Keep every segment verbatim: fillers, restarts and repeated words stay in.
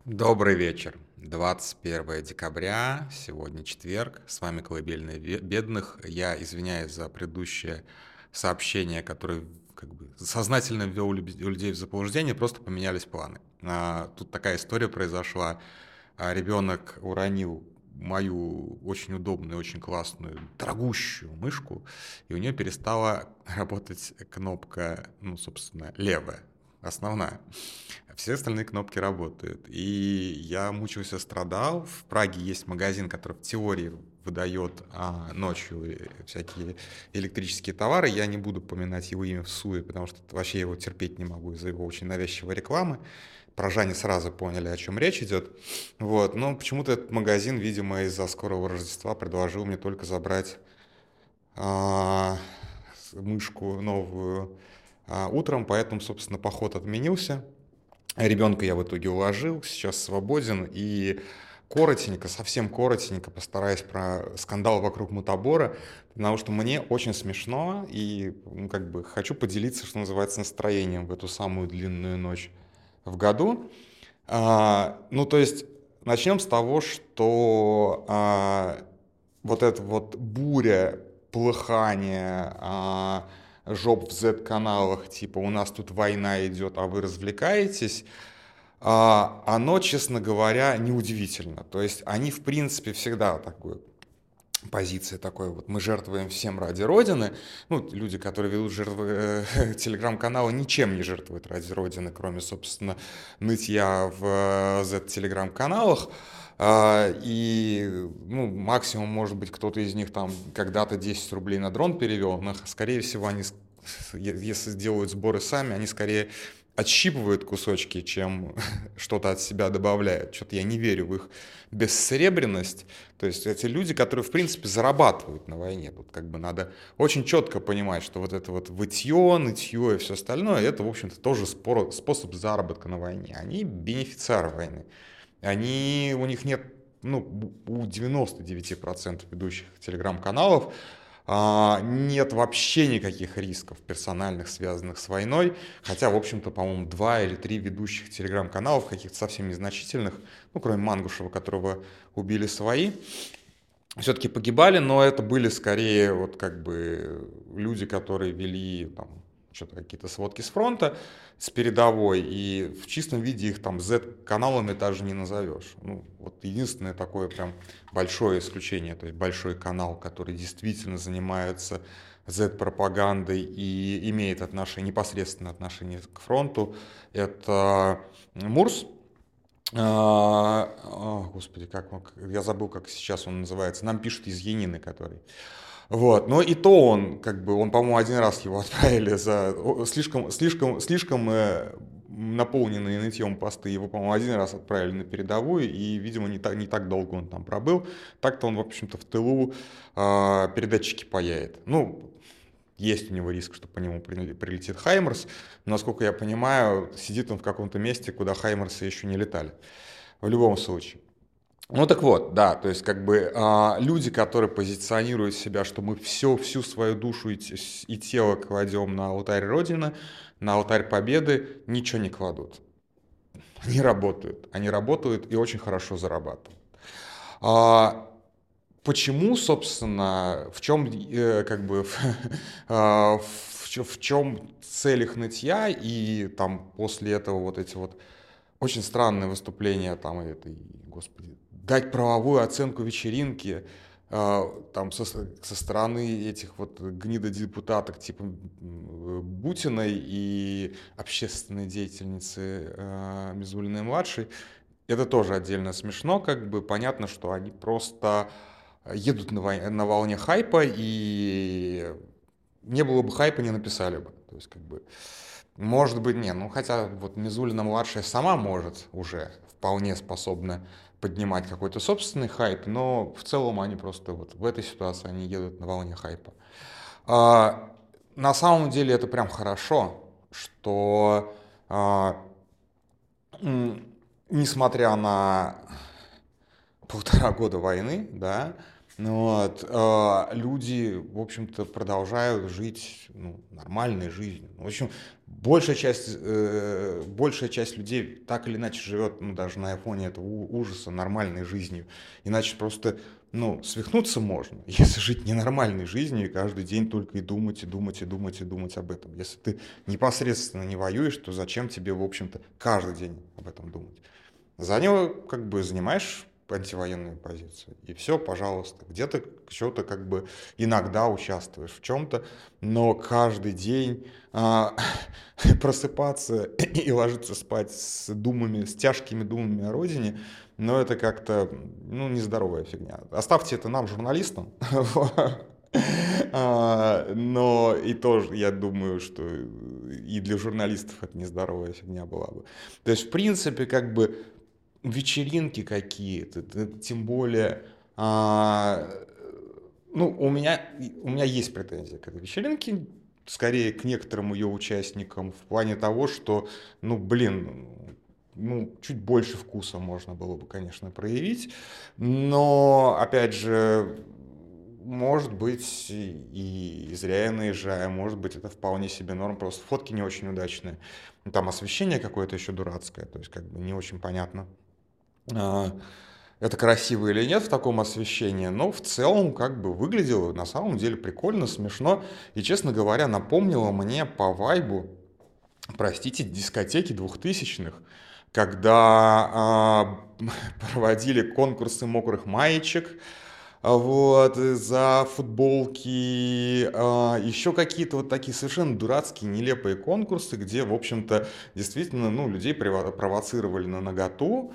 Добрый вечер. двадцать первое декабря, сегодня четверг, с вами «Колыбельная ве- бедных». Я извиняюсь за предыдущее сообщение, которое как бы сознательно ввел люб- людей в заблуждение, просто поменялись планы. А, тут такая история произошла. А, ребенок уронил мою очень удобную, очень классную, дорогущую мышку, и у нее перестала работать кнопка, ну, собственно, левая, основная. Все остальные кнопки работают. И я мучился, страдал. В Праге есть магазин, который в теории выдает а, ночью всякие электрические товары. Я не буду поминать его имя в суе, потому что вообще его терпеть не могу из-за его очень навязчивой рекламы. Прожане сразу поняли, о чем речь идет. Вот. Но почему-то этот магазин, видимо, из-за скорого Рождества предложил мне только забрать а, мышку новую а, утром, поэтому, собственно, поход отменился. Ребенка я в итоге уложил, сейчас свободен, и коротенько, совсем коротенько постараюсь про скандал вокруг мутабора, потому что мне очень смешно, и ну, как бы хочу поделиться, что называется, настроением в эту самую длинную ночь в году. А, ну, то есть начнем с того, что а, вот эта вот буря, полыхание, а, жоп в зет-каналах, типа у нас тут война идет, а вы развлекаетесь, а, оно, честно говоря, неудивительно. То есть они, в принципе, всегда такой позиция такой вот, мы жертвуем всем ради Родины. Ну, люди, которые ведут жертвы, э, телеграм-каналы, ничем не жертвуют ради Родины, кроме, собственно, нытья в Z-телеграм-каналах. А, и, ну, максимум, может быть, кто-то из них там когда-то десять рублей на дрон перевел, но, скорее всего, они, если делают сборы сами, они скорее отщипывают кусочки, чем что-то от себя добавляют. Что-то я не верю в их бессеребренность. То есть эти люди, которые, в принципе, зарабатывают на войне. Тут как бы надо очень четко понимать, что вот это вот вытье, нытье и все остальное, это, в общем-то, тоже спор, способ заработка на войне. Они бенефициары войны. Они, у них нет, ну, у девяноста девяти процентов ведущих телеграм-каналов а, нет вообще никаких рисков персональных, связанных с войной. Хотя, в общем-то, по-моему, два или три ведущих телеграм-каналов, каких-то совсем незначительных, ну, кроме Мангушева, которого убили свои, все-таки погибали, но это были скорее вот как бы люди, которые вели там что-то какие-то сводки с фронта, с передовой, и в чистом виде их там Z-каналами даже не назовешь. Ну, вот единственное такое прям большое исключение, то есть большой канал, который действительно занимается Z-пропагандой и имеет отношение, непосредственное отношение к фронту, это Мурс. А, а, господи, как он, я забыл, как сейчас он называется. Нам пишут из Янины, который. Вот, но и то он, как бы, он, по-моему, один раз его отправили за о, слишком, слишком, слишком э, наполненные нытьем посты. Его, по-моему, один раз отправили на передовую, и, видимо, не так, не так долго он там пробыл. Так-то он, в общем-то, в тылу э, передатчики паяет. Ну, есть у него риск, что по нему прилетит Хаймерс, но, насколько я понимаю, сидит он в каком-то месте, куда Хаймерсы еще не летали. В любом случае. Ну так вот, да, то есть как бы а, люди, которые позиционируют себя, что мы все, всю свою душу и, и тело кладем на алтарь Родины, на алтарь Победы, ничего не кладут. Они работают. Они работают и очень хорошо зарабатывают. А, Почему, собственно, в чем, э, как бы, а, в, чё- в чем цель их нытья, и там после этого вот эти вот очень странные выступления там этой, господи, дать правовую оценку вечеринке, а, там со, со стороны этих вот гнидодепутаток типа м, Бутиной и общественной деятельницы а, Мизулиной-младшей, это тоже отдельно смешно, как бы понятно, что они просто едут на, вой- на волне хайпа, и не было бы хайпа, не написали бы. То есть, как бы, может быть, не, ну хотя вот Мизулина-младшая сама может уже вполне способна поднимать какой-то собственный хайп, но в целом они просто вот в этой ситуации они едут на волне хайпа. А, на самом деле это прям хорошо, что а, м, несмотря на полтора года войны, да, Ну вот, а, люди, в общем-то, продолжают жить, ну, нормальной жизнью. В общем, большая часть, э, большая часть людей так или иначе живет, ну, даже на фоне этого у- ужаса нормальной жизнью. Иначе просто, ну, свихнуться можно, если жить ненормальной жизнью и каждый день только и думать, и думать, и думать, и думать об этом. Если ты непосредственно не воюешь, то зачем тебе, в общем-то, каждый день об этом думать? Занял, как бы, занимаешь антивоенную позицию, и все, пожалуйста. Где-то что-то как бы иногда участвуешь в чем-то, но каждый день а, просыпаться и ложиться спать с думами, с тяжкими думами о родине, но это как-то, ну, нездоровая фигня. Оставьте это нам, журналистам. А, Но и тоже, я думаю, что и для журналистов это нездоровая фигня была бы. То есть, в принципе, как бы вечеринки какие-то, т- тем более, а, ну, у меня, у меня есть претензии к этой вечеринке, скорее к некоторым ее участникам, в плане того, что, ну, блин, ну, чуть больше вкуса можно было бы, конечно, проявить, но, опять же, может быть, и зря я наезжаю, может быть, это вполне себе норм, просто фотки не очень удачные. Там освещение какое-то еще дурацкое, то есть как бы не очень понятно, а, это красиво или нет в таком освещении, но в целом как бы выглядело на самом деле прикольно, смешно и, честно говоря, напомнило мне по вайбу, простите, дискотеки двухтысячных, когда а, проводили конкурсы мокрых маечек, а, вот, за футболки, а, еще какие-то вот такие совершенно дурацкие, нелепые конкурсы, где, в общем-то, действительно, ну, людей приво- провоцировали на наготу.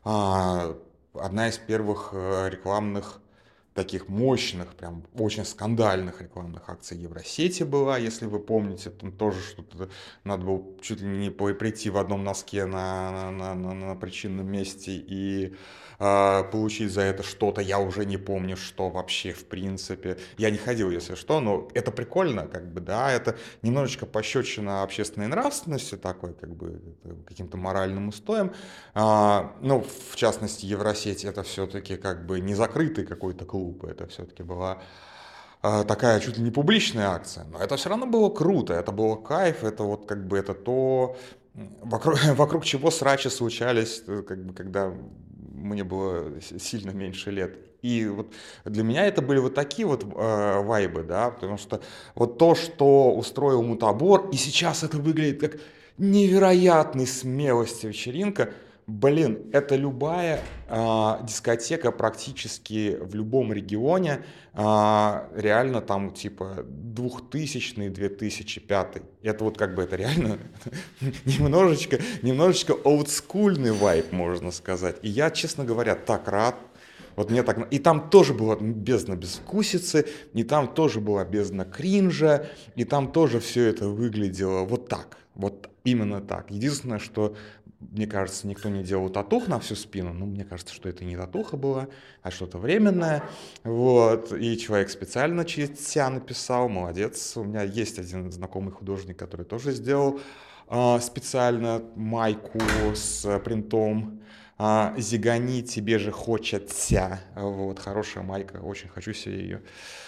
А, Одна из первых э, рекламных таких мощных, прям очень скандальных рекламных акций Евросети была, если вы помните, там тоже что-то надо было чуть ли не по- прийти в одном носке на, на, на, на причинном месте и э, получить за это что-то, я уже не помню, что вообще в принципе. Я не ходил, если что, но это прикольно, как бы, да, это немножечко пощечина общественной нравственности такой, как бы, каким-то моральным устоем. А, ну, в частности, Евросеть это все-таки как бы не закрытый какой-то клуб, это все-таки была а, такая чуть ли не публичная акция, но это все равно было круто, это было кайф, это вот как бы это то, вокруг, вокруг чего срачи случались, э, как бы, когда мне было сильно меньше лет. И вот для меня это были вот такие вот э, вайбы, да, потому что вот то, что устроил Мутабор, и сейчас это выглядит как невероятной смелости вечеринка, блин, это любая а, дискотека практически в любом регионе, а, реально там типа двухтысячный, две тысячи пятый. Это вот как бы это реально немножечко, немножечко олдскульный вайб, можно сказать. И я, честно говоря, так рад. Вот мне так... И там тоже была бездна безвкусицы, и там тоже была бездна кринжа, и там тоже все это выглядело вот так. Вот именно так. Единственное, что, мне кажется, никто не делал татух на всю спину. Ну, мне кажется, что это не татуха была, а что-то временное. Вот. И человек специально через себя написал. Молодец. У меня есть один знакомый художник, который тоже сделал а, специально майку с принтом. А, Зигани, тебе же хочется. Вот, хорошая майка, очень хочу себе ее.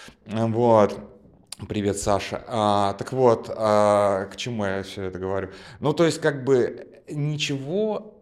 Вот. Привет, Саша. А, так вот, а, к чему я все это говорю? Ну, то есть, как бы, ничего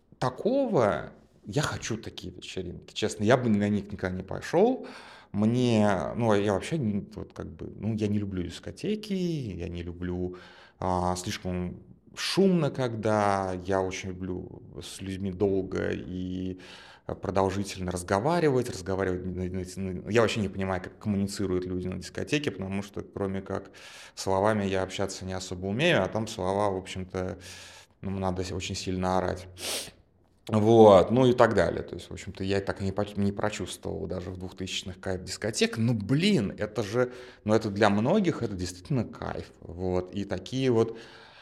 такого, я хочу такие вечеринки, честно, я бы на них никогда не пошел. Мне, ну, я вообще, не- вот как бы, ну, я не люблю дискотеки, я не люблю а, слишком шумно, когда я очень люблю с людьми долго и а, продолжительно разговаривать, разговаривать. на- на- на- Я вообще не понимаю, как коммуницируют люди на дискотеке, потому что кроме как словами я общаться не особо умею, а там слова, в общем-то, ну, надо очень сильно орать. Вот, ну и так далее. То есть, в общем-то, я так и не, поч- не прочувствовал даже в двухтысячных кайф дискотек. Ну, блин, это же, ну это для многих, это действительно кайф. Вот, и такие вот,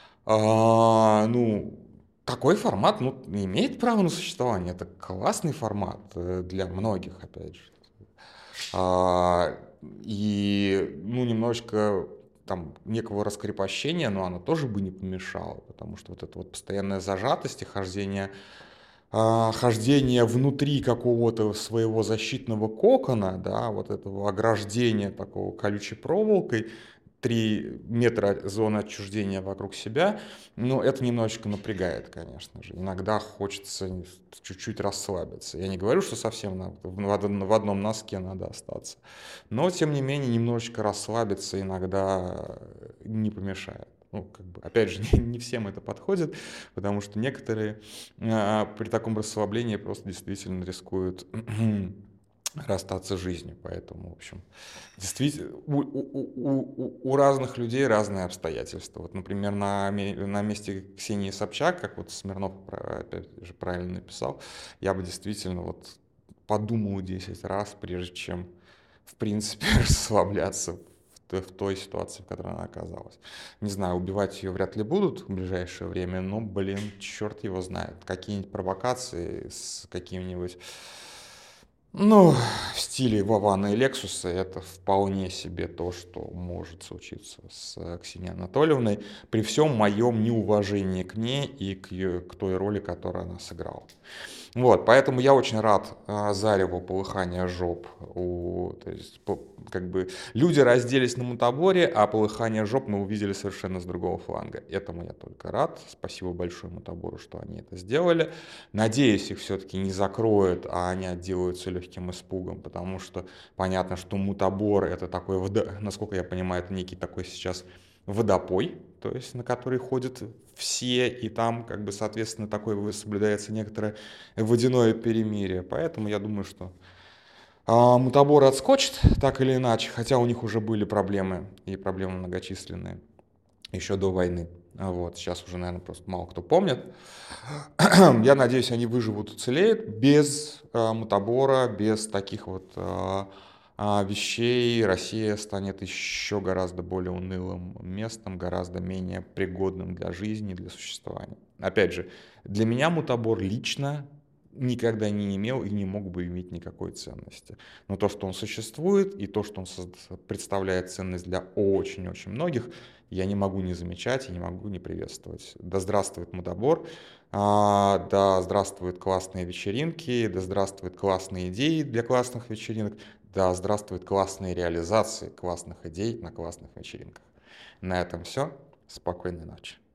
а, ну, такой формат, ну, имеет право на существование. Это классный формат э, для многих, опять же. А, и, ну, немножечко там некого раскрепощения, но оно тоже бы не помешало, потому что вот эта вот постоянная зажатость и хождение а, хождение внутри какого-то своего защитного кокона, да, вот этого ограждения такого колючей проволокой, три метра зоны отчуждения вокруг себя, но это немножечко напрягает, конечно же. Иногда хочется чуть-чуть расслабиться. Я не говорю, что совсем на- в од- в одном носке надо остаться, но, тем не менее, немножечко расслабиться иногда не помешает. Ну, как бы, опять же, не, не всем это подходит, потому что некоторые а, при таком расслаблении просто действительно рискуют расстаться с жизнью. Поэтому, в общем, действительно, у, у- у- у- у разных людей разные обстоятельства. Вот, например, на, ме- на месте Ксении Собчак, как вот Смирнов про- опять же правильно написал, я бы действительно вот подумал десять раз, прежде чем, в принципе, расслабляться в, т- в той ситуации, в которой она оказалась. Не знаю, убивать ее вряд ли будут в ближайшее время, но, блин, черт его знает. Какие-нибудь провокации с каким-нибудь, ну, в стиле Вована и Лексуса, это вполне себе то, что может случиться с э, Ксенией Анатольевной, при всем моем неуважении к ней и к, ее- к той роли, которую она сыграла. Вот, поэтому я очень рад а, зареву полыхания жоп. У, то есть, по- как бы люди разделись на мутаборе, а полыхание жоп мы увидели совершенно с другого фланга. Этому я только рад. Спасибо большое мутабору, что они это сделали. Надеюсь, их все-таки не закроют, а они отделаются легким испугом, потому что понятно, что мутабор это такой, водо- насколько я понимаю, это некий такой сейчас водопой, то есть на который ходят все, и там, как бы, соответственно, такое соблюдается некоторое водяное перемирие. Поэтому я думаю, что а, мутабор отскочит так или иначе, хотя у них уже были проблемы, и проблемы многочисленные еще до войны. А Вот, сейчас уже, наверное, просто мало кто помнит. Я надеюсь, они выживут, уцелеют без а, мутабора, без таких вот а, а, вещей. Россия станет еще гораздо более унылым местом, гораздо менее пригодным для жизни, для существования. Опять же, для меня мутабор лично никогда не имел и не мог бы иметь никакой ценности. Но то, что он существует, и то, что он представляет ценность для очень-очень многих, я не могу не замечать и не могу не приветствовать. Да здравствует мудобор, а, да здравствуют классные вечеринки, да здравствуют классные идеи для классных вечеринок, да здравствуют классные реализации классных идей на классных вечеринках. На этом все. Спокойной ночи.